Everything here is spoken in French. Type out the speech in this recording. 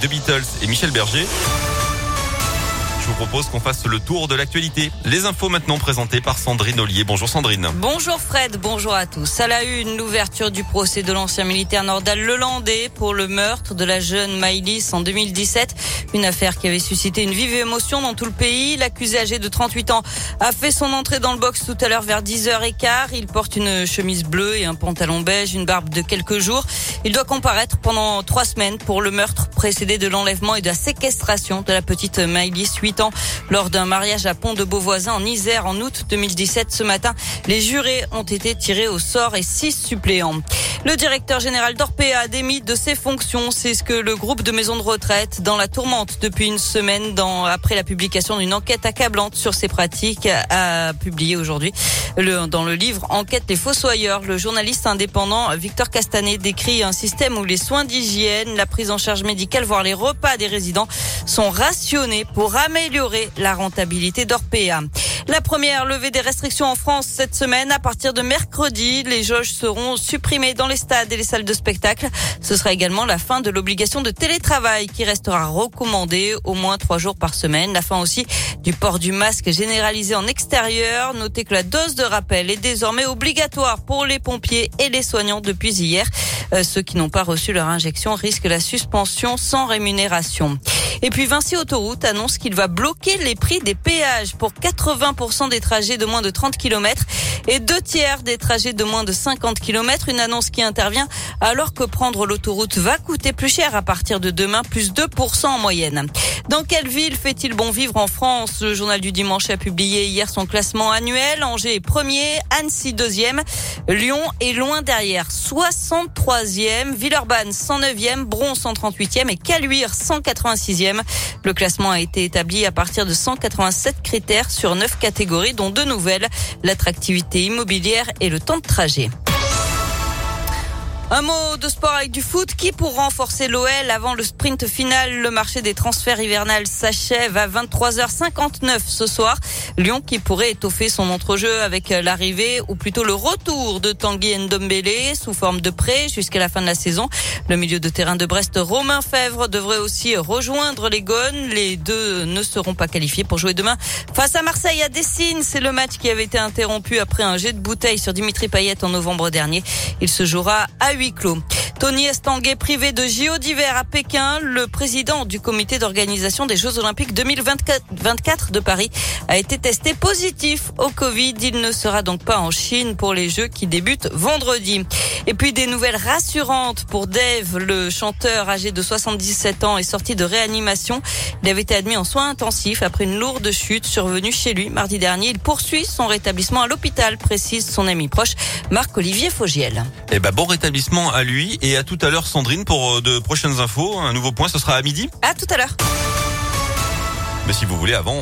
The Beatles et Michel Berger. Je vous propose qu'on fasse le tour de l'actualité. Les infos maintenant présentées par Sandrine Ollier. Bonjour Sandrine. Bonjour Fred, bonjour à tous. À la une, l'ouverture du procès de l'ancien militaire Nordal-Lelandais pour le meurtre de la jeune Maëlys en 2017. Une affaire qui avait suscité une vive émotion dans tout le pays. L'accusé âgé de 38 ans a fait son entrée dans le box tout à l'heure vers 10h15. Il porte une chemise bleue et un pantalon beige, une barbe de quelques jours. Il doit comparaître pendant 3 semaines pour le meurtre précédé de l'enlèvement et de la séquestration de la petite Maëlys, 8 ans, lors d'un mariage à Pont-de-Beauvoisin en Isère en août 2017. Ce matin, les jurés ont été tirés au sort et 6 suppléants. Le directeur général d'Orpea a démis de ses fonctions. C'est ce que le groupe de maisons de retraite dans la tourmente depuis une semaine après la publication d'une enquête accablante sur ses pratiques a publié aujourd'hui dans le livre Enquête les Fossoyeurs. Le journaliste indépendant Victor Castanet décrit un système où les soins d'hygiène, la prise en charge médicale, voire les repas des résidents sont rationnés pour améliorer la rentabilité d'Orpea. La première levée des restrictions en France cette semaine. À partir de mercredi, les jauges seront supprimées dans les stades et les salles de spectacle. Ce sera également la fin de l'obligation de télétravail qui restera recommandée au moins 3 jours par semaine. La fin aussi du port du masque généralisé en extérieur. Notez que la dose de rappel est désormais obligatoire pour les pompiers et les soignants depuis hier. Ceux qui n'ont pas reçu leur injection risquent la suspension sans rémunération. Et puis Vinci Autoroute annonce qu'il va bloquer les prix des péages pour 80% des trajets de moins de 30 km et 2/3 des trajets de moins de 50 km. Une annonce qui intervient alors que prendre l'autoroute va coûter plus cher à partir de demain, plus 2% en moyenne. Dans quelle ville fait-il bon vivre en France? Le journal du dimanche a publié hier son classement annuel. Angers est premier, Annecy deuxième, Lyon est loin derrière, 63e, Villeurbanne 109e, Bron 138e et Caluire 186e. Le classement a été établi à partir de 187 critères sur 9 catégories, dont 2 nouvelles, l'attractivité immobilière et le temps de trajet. Un mot de sport avec du foot. Qui pour renforcer l'OL avant le sprint final? Le marché des transferts hivernales s'achève à 23h59 ce soir. Lyon qui pourrait étoffer son entrejeu avec l'arrivée ou plutôt le retour de Tanguy Ndombele sous forme de prêt jusqu'à la fin de la saison. Le milieu de terrain de Brest, Romain Fèvre, devrait aussi rejoindre les Gones. Les deux ne seront pas qualifiés pour jouer demain face à Marseille à Dessines. C'est le match qui avait été interrompu après un jet de bouteille sur Dimitri Payet en novembre dernier. Il se jouera à huis clos. Tony Estanguet privé de JO d'hiver à Pékin. Le président du comité d'organisation des Jeux Olympiques 2024 de Paris a été testé positif au Covid. Il ne sera donc pas en Chine pour les Jeux qui débutent vendredi. Et puis des nouvelles rassurantes pour Dave, le chanteur âgé de 77 ans est sorti de réanimation. Il avait été admis en soins intensifs après une lourde chute survenue chez lui mardi dernier. Il poursuit son rétablissement à l'hôpital, précise son ami proche Marc-Olivier Fogiel. Bon rétablissement à lui et à tout à l'heure Sandrine pour de prochaines infos. Un nouveau point, ce sera à midi. À tout à l'heure. Mais si vous voulez avant...